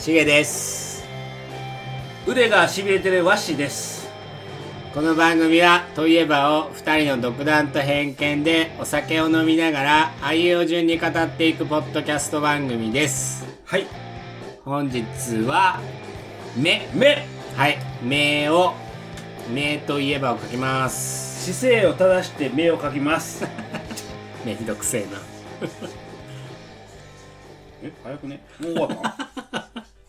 しげです。 腕がしびれてるわっしーです。 この番組はといえばを2人の独断と偏見でお酒を飲みながら愛を順に語っていくポッドキャスト番組です。 はい、 本日は目はい目といえばを書きます。 姿勢を正して目を描きます目ひどくせえな早くね、もう終わった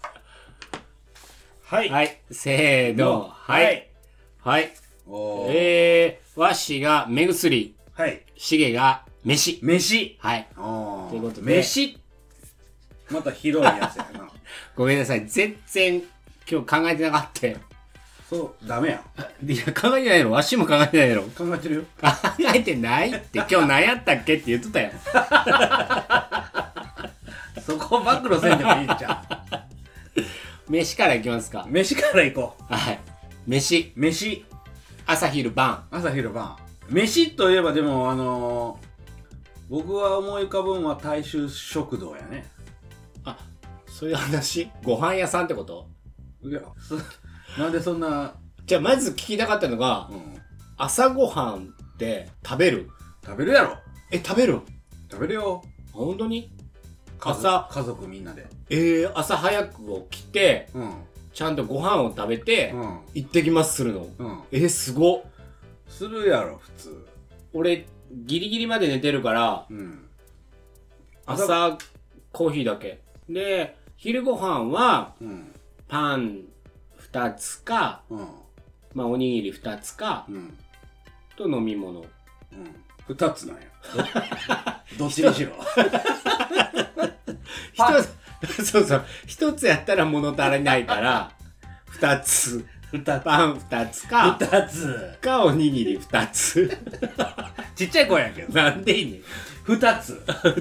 はい、 はい、せーの、はいはい、わっしが目薬、 はい、 しげが飯、はい、 ということで飯また広いやつやなごめんなさい、全然今日考えてなかったよ。 そうダメやん。いや考えてないやろ、わしも考えてないやろ。 考えてるよ。 考えてないって今日何やったっけって言ってたよそこ暴露せんでもいいじゃん飯からいきますか。 飯からいこう。はい。飯朝昼晩飯といえばでも僕は思い浮かぶんは大衆食堂やね。 あ、そういう話。ご飯屋さんってこと？ いやなんでそんな。 じゃあまず聞きたかったのが、朝ごはんって食べるやろ。 食べるよ。 本当に？ 家族みんなで。 朝早く起きて、ちゃんとご飯を食べて、行ってきますするの。すごっ。 するやろ普通。 俺ギリギリまで寝てるから、朝コーヒーだけで、昼ご飯は、パン2つか、まあおにぎり2つか、と飲み物、 2つなんやどっちにしろそう1つやったら物足りないから2つパン2つかおにぎり2つちっちゃい子やけどなんでいいねん 2つ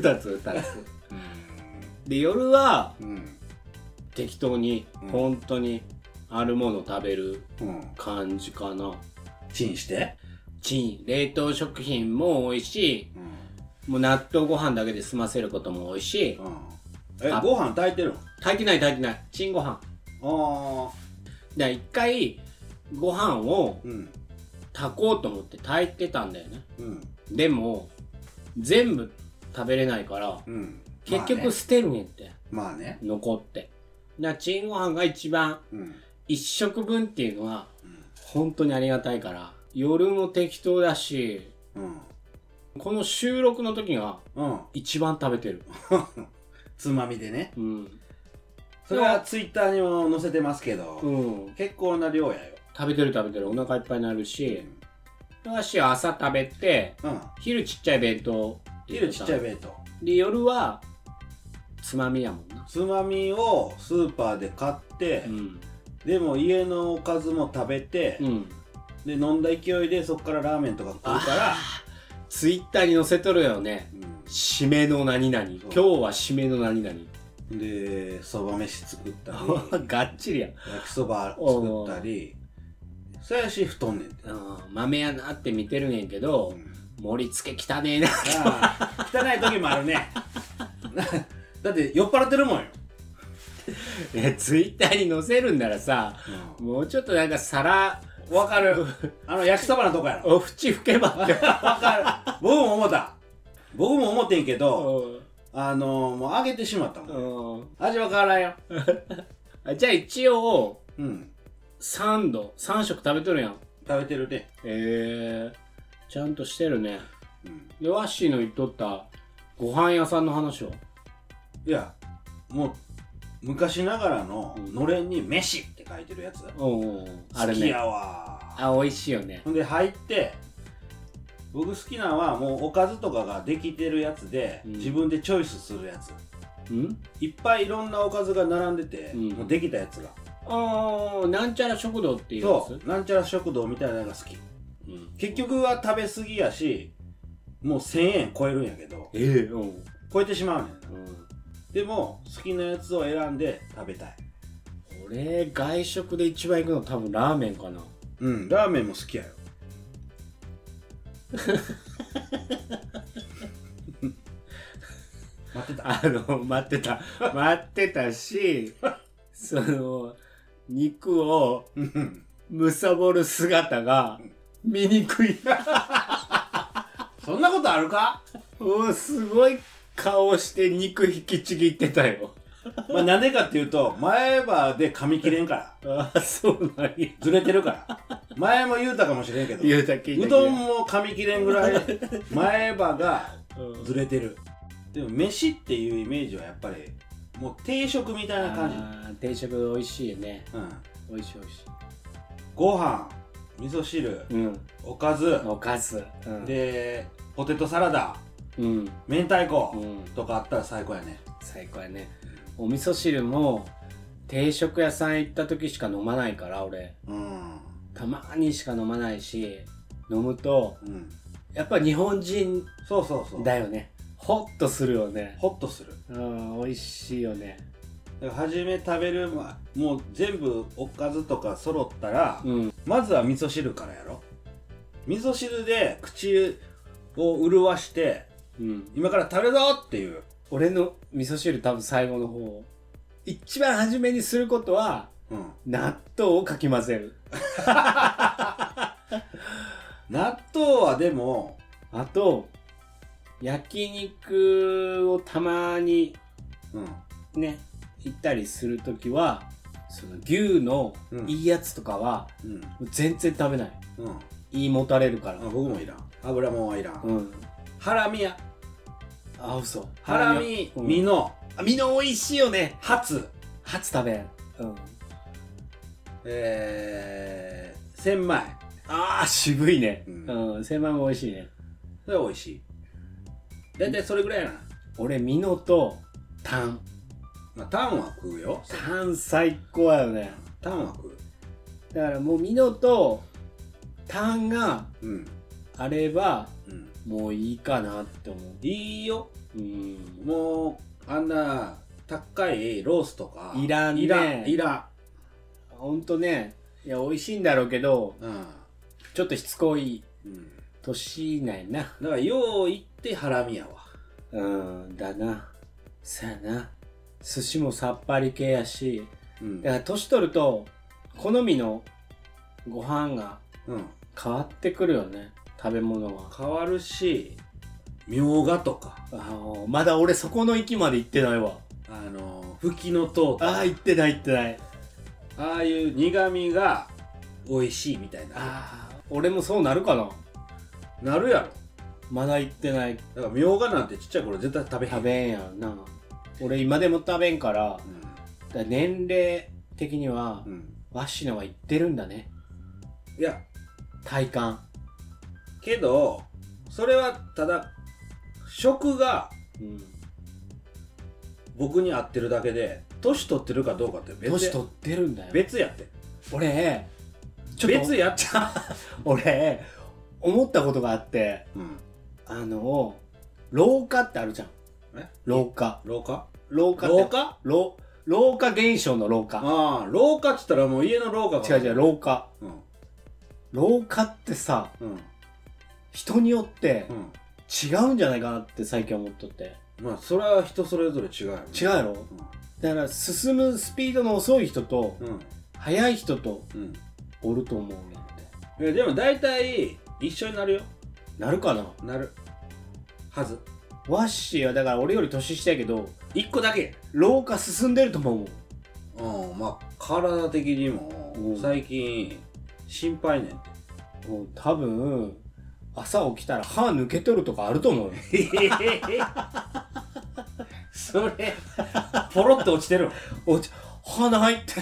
で夜は、適当に、本当にあるもの食べる感じかな。 チン冷凍食品も多いし、もう納豆ご飯だけで済ませることも多いし、 ご飯炊いてるの？ 炊いてないチンご飯。で一回ご飯を炊こうと思って炊いてたんだよね、でも全部食べれないから、結局捨てるねんって。残ってチンご飯が一番、一食分っていうのは、本当にありがたいから、夜も適当だし、この収録の時が一番食べてるつまみでね。それはツイッターにも載せてますけど、結構な量やよ。 食べてるお腹いっぱいになるし、私は朝食べて、昼ちっちゃい弁当で、夜はつまみやもんな。 つまみをスーパーで買って、でも家のおかずも食べて、で飲んだ勢いでそっからラーメンとか食うから、 ツイッターに載せとるよね、締めの何々、今日は締めの何々 で、そば飯作ったりがっちりや。 焼きそば作ったり、そやし太んねんて。 豆やなって見てるねんけど、盛り付け汚ねえな汚い時もあるねだって酔っ払ってるもんよツイッターに載せるんならさ、もうちょっとなんか皿わかる焼きそばのとこやろ。 お縁吹けばわかる僕も思ってんけど、もう揚げてしまったもん。味は変わらんよじゃあ一応、3食食べとるやん。 食べてるね。 ちゃんとしてるね。で、ワッシーの言っとったご飯屋さんの話は？ いや、もう昔ながらののれんに飯って書いてるやつ。 あれね。 好きやわ。 美味しいよね。 ほんで入って、僕好きなのはもうおかずとかができてるやつで、自分でチョイスするやつ。いっぱいいろんなおかずが並んでて、もうできたやつが。 なんちゃら食堂っていうやつ？ そう、なんちゃら食堂みたいなのが好き。結局は食べ過ぎやし、もう1000円超えるんやけど、超えてしまうねん。でも好きなやつを選んで食べたい。 俺外食で一番行くの多分ラーメンかな。 ラーメンも好きやよ待ってたしその肉を貪る姿が醜い。 そんなことあるか？ もうすごい顔して肉引きちぎってたよ。 まあなんでかっていうと、前歯で噛み切れんから。 ああ、そうなんや。 ずれてるから。前も言うたかもしれんけど、 言うたけうどんも噛み切れんぐらい前歯がずれてる。でも飯っていうイメージはやっぱりもう定食みたいな感じ。 ああ、定食美味しいよね。 うん。 美味しい美味しい。 ご飯、味噌汁、 うん。 おかず、 おかず。 うん、で、ポテトサラダ、 うん。 明太子、 うん、 とかあったら最高やね。 最高やね。お味噌汁も定食屋さん行った時しか飲まないから俺。うん。たまにしか飲まないし、飲むと、うん、やっぱ日本人だよね。ホッとするよね。 ホッとする。 うん、美味しいよね。 だから初め食べる、もう全部おかずとか揃ったら、うん、まずは味噌汁からやろ。味噌汁で口を潤して、うん、今から食べるぞっていう。 俺の味噌汁多分最後の方。一番初めにすることは、うん、納豆をかき混ぜる。 納豆はでも、 あと、焼肉をたまに、うん、ね、行ったりするときは、その牛のいいやつとかは、うん、全然食べない。うん、胃もたれるから。 僕もいらん。油もんはいらん。うん、ハラミや。 あ、嘘。 ハラミ、身の。 身の美味しいよね。 ハツ食べん。うん。 千枚。 ああ、渋いね。うん。千枚も美味しいね。 それは美味しい。だいたいそれぐらいやな。 俺、ミノとタン。 まあ、タンは食うよ。 タン最高やよね。 タンは食う。 だからもうミノとタンがあれば、もういいかなって思う。 いいよ。うん。もう、あんな高いロースとか。 いらんね。いらん。ほんとね、いや、美味しいんだろうけど、うん、ちょっとしつこい年なんやな。 だから、よう言ってハラミやわ。 だな。そやな。寿司もさっぱり系やし、だから年取ると、好みのご飯が変わってくるよね。食べ物は。 変わるし、みょうがとか。 まだ俺そこの域まで行ってないわ。 ふきのとうとか。 行ってない。 ああいう苦味が美味しいみたいな。 俺もそうなるかな。 なるやろ。 まだ行ってない。 だからみょうがなんてちっちゃい頃絶対食べんやんな。俺今でも食べんから、だから年齢的には、わしのは行ってるんだね。 いや、 体感。 けど、それはただ、食が、僕に合ってるだけで、年取ってるかどうかって別や。 年取ってるんだよ。 別やって。 俺、 別やっちゃ俺、思ったことがあって、老化ってあるじゃん。老化現象の老化。 ああ、老化って言ったらもう家の廊下が。違う、老化。老化ってさ、人によって違うんじゃないかなって最近思っとって。 まあ、それは人それぞれ違うよね。 違うやろ、だから進むスピードの遅い人と、速い人と、おると思うねんで。でも大体一緒になるよ。 なるかな。 なるはず。 ワッシーはだから俺より年下やけど、 一個だけ老化進んでると思う。まあ体的にも最近心配ねんて。 多分朝起きたら歯抜けとるとかあると思うよ。 それポロって落ちてる歯ないって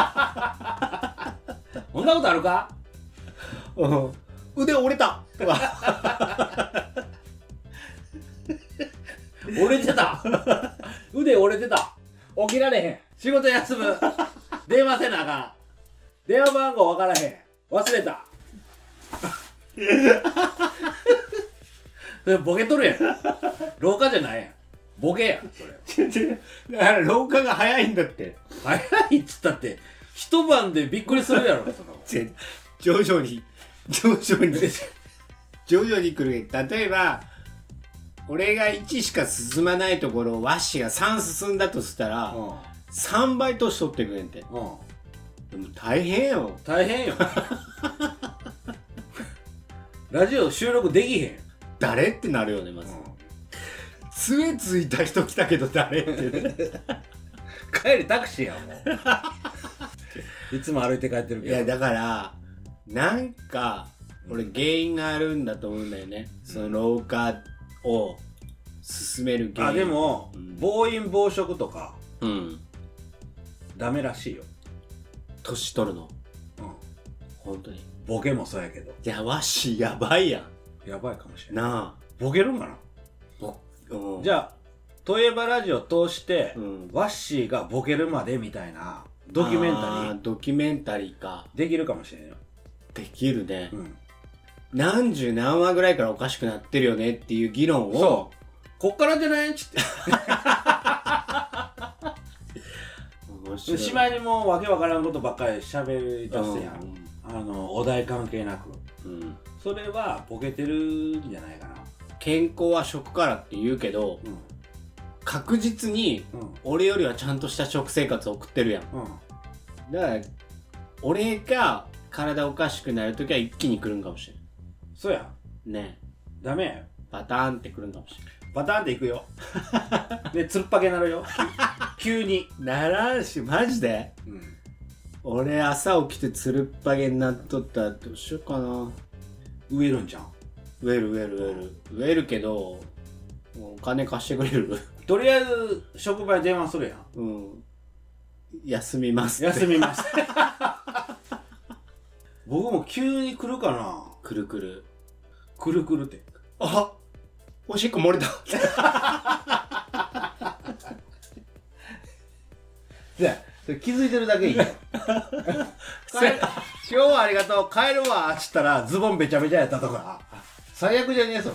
そんなことあるか。 腕折れたとか折れてた腕折れてた。起きられへん。仕事休む。電話せなあかん。電話番号わからへん。忘れた。ボケとるやん。老化じゃないやん。ボケやんそれ。だから老化が早いんだって。 早いっつったって一晩でびっくりするやろ。 徐々に来る。例えば俺が1しか進まないところをワッシが3進んだとしたら、 3倍年取ってくれんて。でも大変よ。 大変よ。ラジオ収録できへん。 誰ってなるよね、まず。杖ついた人来たけど誰って。 帰りタクシーやもう。いつも歩いて帰ってるけど。 いやだからなんか俺原因があるんだと思うんだよね、その老化を進める原因。 でも、暴飲暴食とかダメらしいよ、 年取るの。本当に。 ボケもそうやけど。 いや、ワッシーやばいやん。 やばいかもしれない。 なあ。 ボケるんかな。じゃあ、といえばラジオ通して、ワッシーがボケるまでみたいなドキュメンタリー。 ドキュメンタリーか。 できるかもしれんよ。 できるね。何十何話ぐらいからおかしくなってるよねっていう議論を。そう。 こっからじゃないっつって。しまいにもうわけわからんことばっかり喋り出すやん。お題関係なく。それはボケてるんじゃないかな。 健康は食からって言うけど、確実に俺よりはちゃんとした食生活を送ってるやん。だから俺が体おかしくなるときは一気に来るんかもしれん。 そうやね。 ダメやよ。 バターンって来るんかもしれん。 バターンっていくよ。でつるっぱげなるよ。急にならんし、マジで。俺朝起きてつるっぱげになっとったらどうしようかな。 植えるんじゃん。 植えるけど、お金貸してくれる。 とりあえず職場に電話するやん。休みますって。 休みます。僕も急に来るかな。 来る来る。 来る来るって。 あ、おしっこ漏れた。 気づいてるだけいいよ。今日はありがとう、帰るわっつったらズボンべちゃべちゃやったとか最悪じゃねえそれ。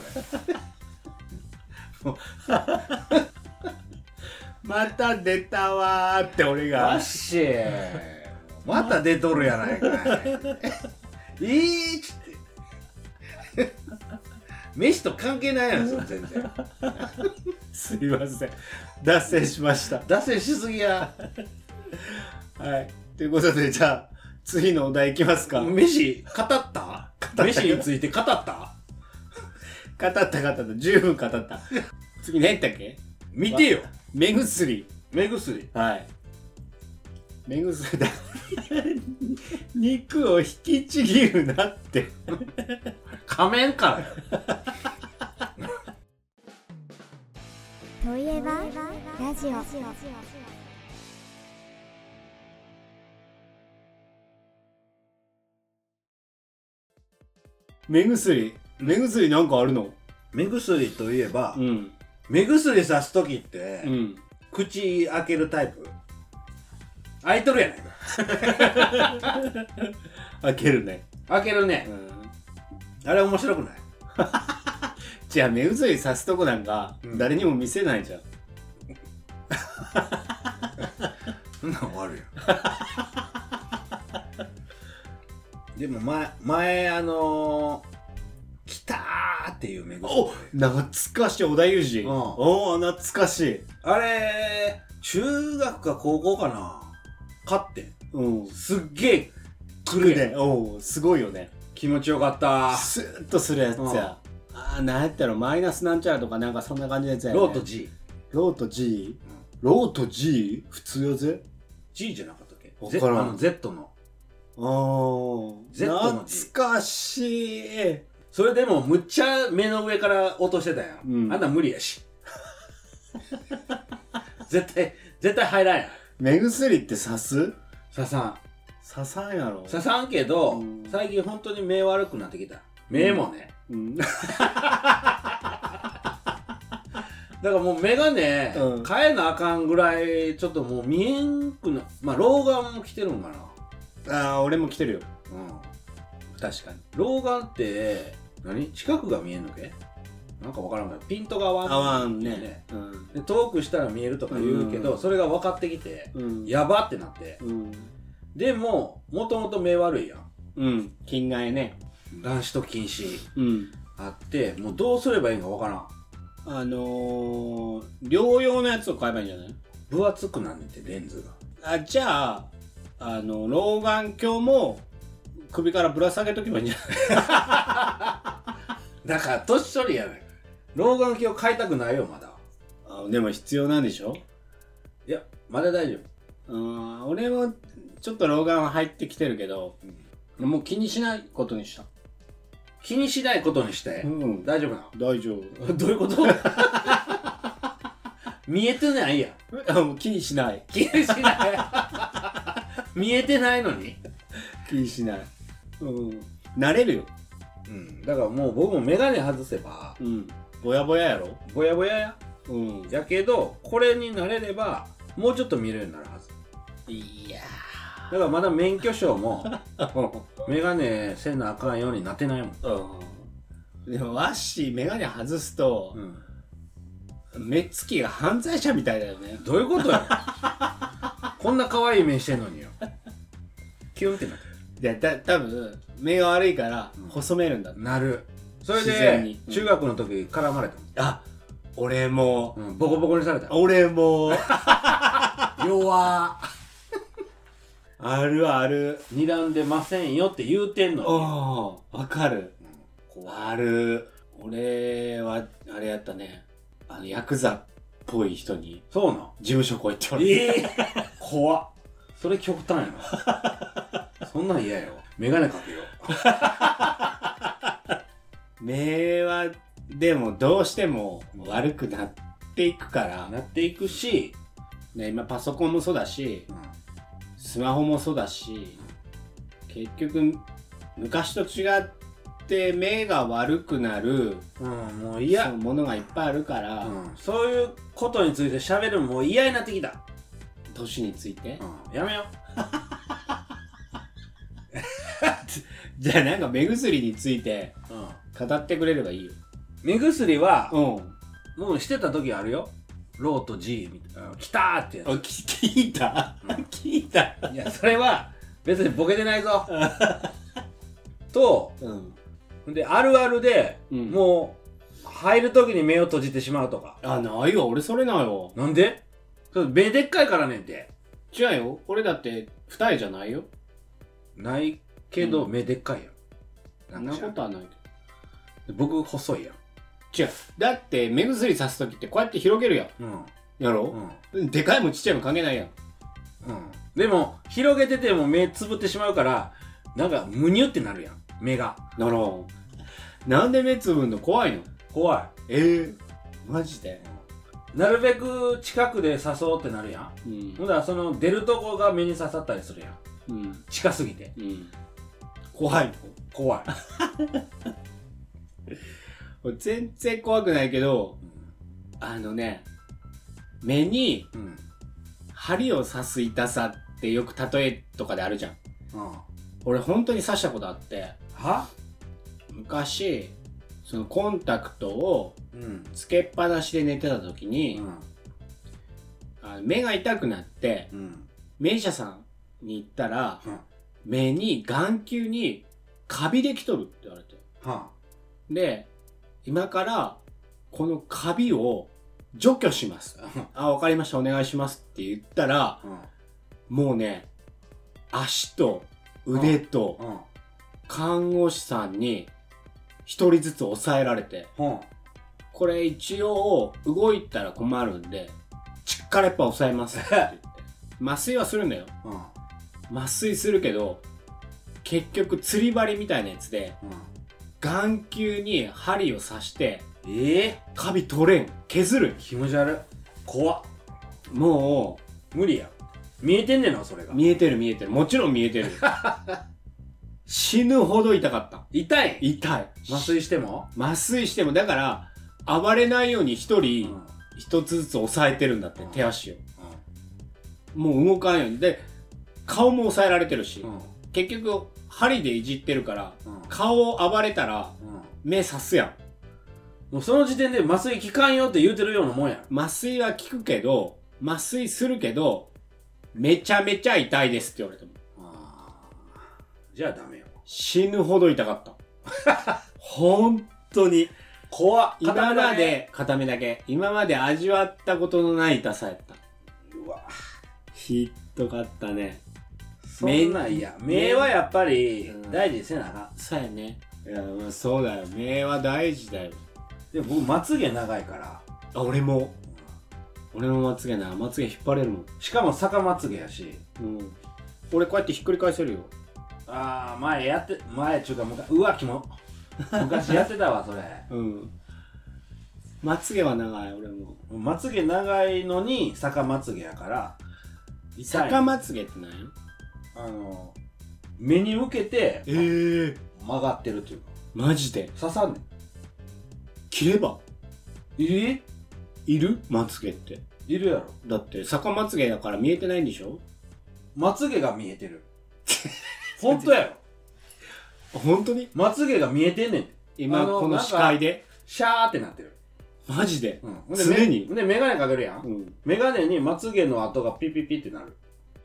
また出たわーって俺が。 わっしーまた出とるやないかい。いいっつって飯と関係ないやんそれ全然。 すいません、脱線しました。 脱線しすぎや。 はい、ということでじゃあ次のお題いきますか。 飯語った？飯について語った？ 語った十分語った。次何やったっけ？ 見てよ。 目薬。 はい。 目薬だ。肉を引きちぎるなって。 仮面からよ。 といえばラジオ。 目薬なんかあるの？ 目薬といえば、目薬さすときって、口開けるタイプ？開いとるやないか。 開けるね。 あれ面白くない？ じゃあ目薬さすとこなんか誰にも見せないじゃん。 そんなん終わるよ。でも前来たーっていう目薬。 お、懐かしい。織田裕二。お、懐かしい。 あれ中学か高校かな、買って。すっげえ来るね。 お、すごいよね。 気持ちよかった。 スーッとするやつや。なんやったらマイナスなんちゃらとかなんかそんな感じのやつやね。 ローと G？ 普通やぜ。 G じゃなかったっけ？ わからん。 Z の。 Z の G。懐かしい。 それでもむっちゃ目の上から落としてたやん。あんな無理やし。絶対入らんやん。 目薬って刺す？ 刺さんやろ。 刺さんけど、最近本当に目悪くなってきた。目もね。だからもう目がね、変えなあかんぐらいちょっともう見えんくな。まあ老眼も来てるんかな。 俺も来てるよ。確かに。 老眼って何？近くが見えんのけ？なんかわからんからピントが合わんね。 で遠くしたら見えるとか言うけど、それが分かってきて、やばってなって。でももともと目悪いやん。 近眼ね。 乱視と近視あって、もうどうすればいいんかわからん。 療養のやつを買えばいいんじゃない？ 分厚くなんねんて、レンズが。 じゃあ、老眼鏡も首からぶら下げとけばいいんじゃないだから、年取りやねん。老眼鏡買いたくないよ、まだ。 でも必要なんでしょ？ いや、まだ大丈夫。俺もちょっと老眼は入ってきてるけど、もう気にしないことにした。 気にしないことにして、大丈夫なの？ 大丈夫。 どういうこと見えてないやん。気にしない。 気にしない。見えてないのに気にしない。慣れるよ。 だからもう僕もメガネ外せば、 ぼやぼややろ？ ぼやぼやや。やけど、これに慣れれば、もうちょっと見れるようになるはず。 いやー。だからまだ免許証も、メガネせなあかんようになってないもん。 でも、ワッシーメガネ外すと、目つきが犯罪者みたいだよね。 どういうことやこんな可愛い目してんのによ。キュンってなってる。多分目が悪いから細めるんだって。 なる。それで中学の時絡まれた。俺もボコボコにされた。 俺も弱あるある。 睨んでませんよって言うてんのに。わかる。ある。俺はあれやったね。ヤクザっぽい人に。 そうな。 事務所来いって言われて。 怖っ。それ極端やな。そんなん嫌よ。メガネかけよう。目は、でもどうしても悪くなっていくから。 なっていくし、 ね、今パソコンもそうだし、スマホもそうだし、結局、昔と違って目が悪くなる、 もう嫌。 ものがいっぱいあるから、 そういうことについて喋るのもう嫌になってきた。 年について、 やめよじゃあなんか目薬について語ってくれればいいよ。 目薬は、もうしてた時あるよ。ローと G みたいな。来たーってやつ。 聞いた、聞いた。 いや、それは別にボケてないぞ。と、で、あるあるで、もう、入る時に目を閉じてしまうとか。 ないわ。俺それないわ。 なんで？目でっかいからねんて。 違うよ。俺だって二重じゃないよ。 ないけど、目でっかいやん。そんなことはないけど。僕、細いやん。 違う。だって、目薬さすときってこうやって広げるやん。やろ？でかいもちっちゃいも関係ないやん。 でも、広げてても目つぶってしまうから、なんか、むにゅってなるやん。目が。 なるほど。なんで目つぶんの？怖いの？ 怖い。マジで？ なるべく近くで刺そうってなるやん。ほんだらその出るとこが目に刺さったりするやん。近すぎて。 怖いの？ 怖い。 全然怖くないけど、目に針を刺す痛さってよく例えとかであるじゃん。俺本当に刺したことあって。昔、そのコンタクトをつけっぱなしで寝てた時に、目が痛くなって、目医者さんに行ったら、目に眼球にカビできとるって言われて。で、今からこのカビを除去します。わかりました、お願いしますって言ったら、もうね、足と腕と看護師さんに一人ずつ抑えられて、これ一応動いたら困るんで、力やっぱ抑えますって言って。麻酔はするんだよ。麻酔するけど、結局釣り針みたいなやつで、眼球に針を刺して、カビ取れん。削るん。 気持ち悪い。怖っ。 もう、無理や。見えてんねんな、それが。 見えてる見えてる。もちろん見えてる。死ぬほど痛かった。 痛い？ 痛い。 麻酔しても？ 麻酔しても、だから、暴れないように一人、一つずつ押さえてるんだって、手足を。もう動かんように。で、顔も押さえられてるし、結局、針でいじってるから、顔を暴れたら、目刺すやん。 もうその時点で麻酔効かんよって言うてるようなもんや。 麻酔は効くけど、麻酔するけど、めちゃめちゃ痛いですって言われても。 じゃあダメよ。 死ぬほど痛かった。本当に。 怖っ。 今まで、片目だけ。今まで味わったことのない痛さやった。 うひどかったね。 そんなんいや、目はやっぱり大事にせなあかん。 そうやね。いや、まあ、そうだよ。目は大事だよ。 でも僕まつげ長いから。 あ、俺もまつげな。まつげ引っ張れるもん。 しかも逆まつげやし。 俺こうやってひっくり返せるよ。 前ちゅうかうわ、キモ。昔やってたわ、それ。 まつげは長い、俺も。 まつげ長いのに逆まつげやから、 逆まつげって何よ？ 目に向けて、曲がってるっていうか。 マジで刺さんねん。 切ればいるまつげって。 いるやろ。 だって逆まつげだから見えてないんでしょ？ まつげが見えてる。ほんとやろ。 ほんとに？ まつげが見えてんねん。 今この視界でシャーってなってる。 マジで？ 常に。で、メガネかけるやん。メガネにまつげの跡がピピピってなる。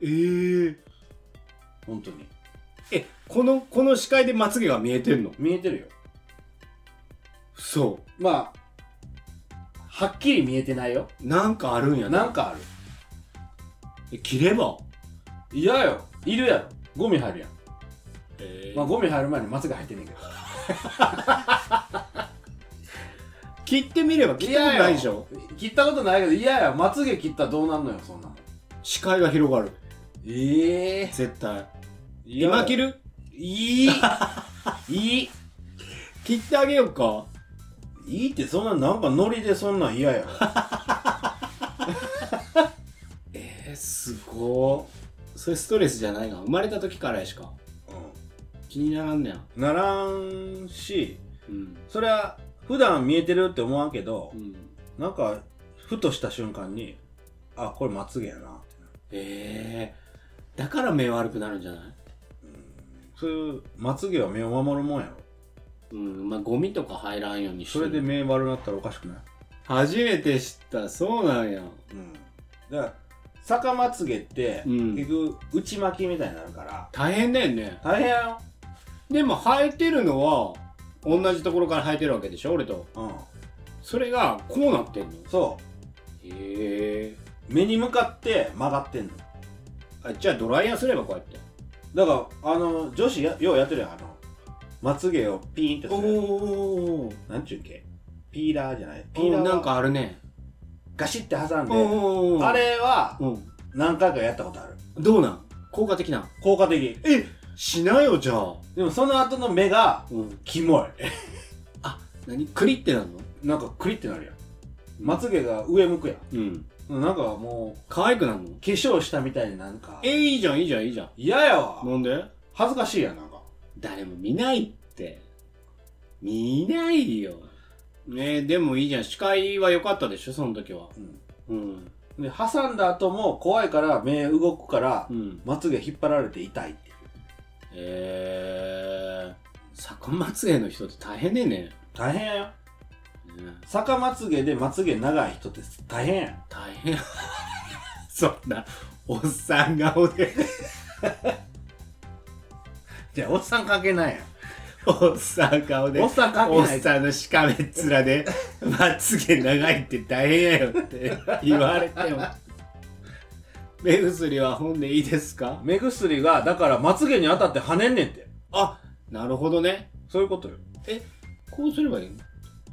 ほんとに。 この視界でまつげが見えてんの？ 見えてるよ。 そう。 まあ、はっきり見えてないよ。 なんかあるんやな。 なんかある。 切れば？ 嫌よ。いるやろ。ゴミ入るやん。まあゴミ入る前にまつげ入ってんねんけど。 切ってみれば切ったことないでしょ？ 切ったことないけど嫌や。まつげ切ったらどうなんのよ、そんなもん。 視界が広がる。絶対。今切る？いい切ってあげようか。 いいって、そんななんかノリでそんなん嫌や。 すごー。それストレスじゃないが、生まれた時からやしか。気にならんねや。 ならんし、それは普段見えてるって思わんけど、なんかふとした瞬間に、あ、これまつげやなってだから目悪くなるんじゃない？ そういうまつげは目を守るもんやろ。 まあゴミとか入らんようにして。 それで目悪なったらおかしくない？ 初めて知った。そうなんや。 だから逆まつげって結局内巻きみたいになるから大変だよね。 大変やよ。 でも生えてるのは同じところから生えてるわけでしょ、俺と。それがこうなってんの？ そう。目に向かって曲がってんの。 じゃあドライヤーすればこうやって。 だから女子ようやってるやん。まつげをピーンってする。なんちゅうっけ、ピーラーじゃない、ピーラーなんかあるね。 ガシッて挟んで、あれは何回かやったことある。 どうなん？効果的な？ 効果的。 しなよ、じゃあ。 でもその後の目がキモい。 何？クリってなるの？ なんかクリってなるやん。まつげが上向くやん。なんかもう可愛くなるの？ 化粧したみたいになんか。 いいじゃん。嫌やわ。 なんで？ 恥ずかしいやん、なんか。 誰も見ないって。見ないよ。でもいいじゃん。視界は良かったでしょ、その時は。 で、挟んだ後も怖いから目動くから、まつげ引っ張られて痛いっていう。 逆まつげの人って大変ねえね。 大変やよ。逆まつげでまつげ長い人って大変や。 大変。そんな、おっさん顔で。 じゃあ、おっさん関係ないやん。 おっさん顔で。 おっさん関係ない。 おっさんのしかめっ面で、まつげ長いって大変やよって言われても。目薬は本でいいですか？ 目薬が、だからまつげに当たって跳ねんねんって。 なるほどね。 そういうことよ。 こうすればいいの？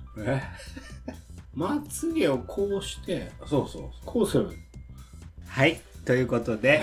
まつげをこうして、こうする。はい、ということで。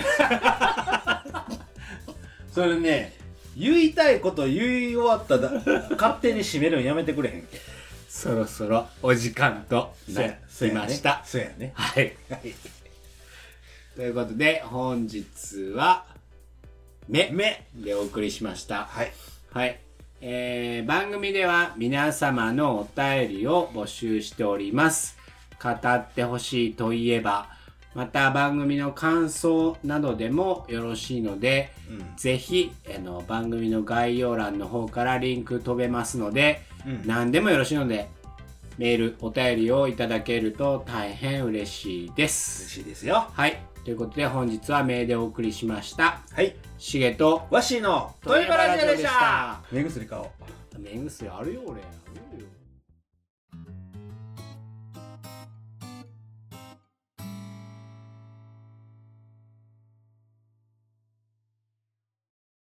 それね、言いたいこと言い終わったら勝手に締めるのやめてくれへんけ。 そろそろお時間となりました。 そうやね。 はい。ということで、本日は、目でお送りしました。 はい。 はい。番組では皆様のお便りを募集しております。語ってほしいといえば、また番組の感想などでもよろしいので、ぜひ番組の概要欄の方からリンク飛べますので、何でもよろしいのでメールお便りをいただけると大変嬉しいです。 嬉しいですよ。 はい、ということで本日はメールでお送りしました。 はい、 しげとわしのトイバラジオでした。目薬買おう。 目薬あるよ俺。あるよ。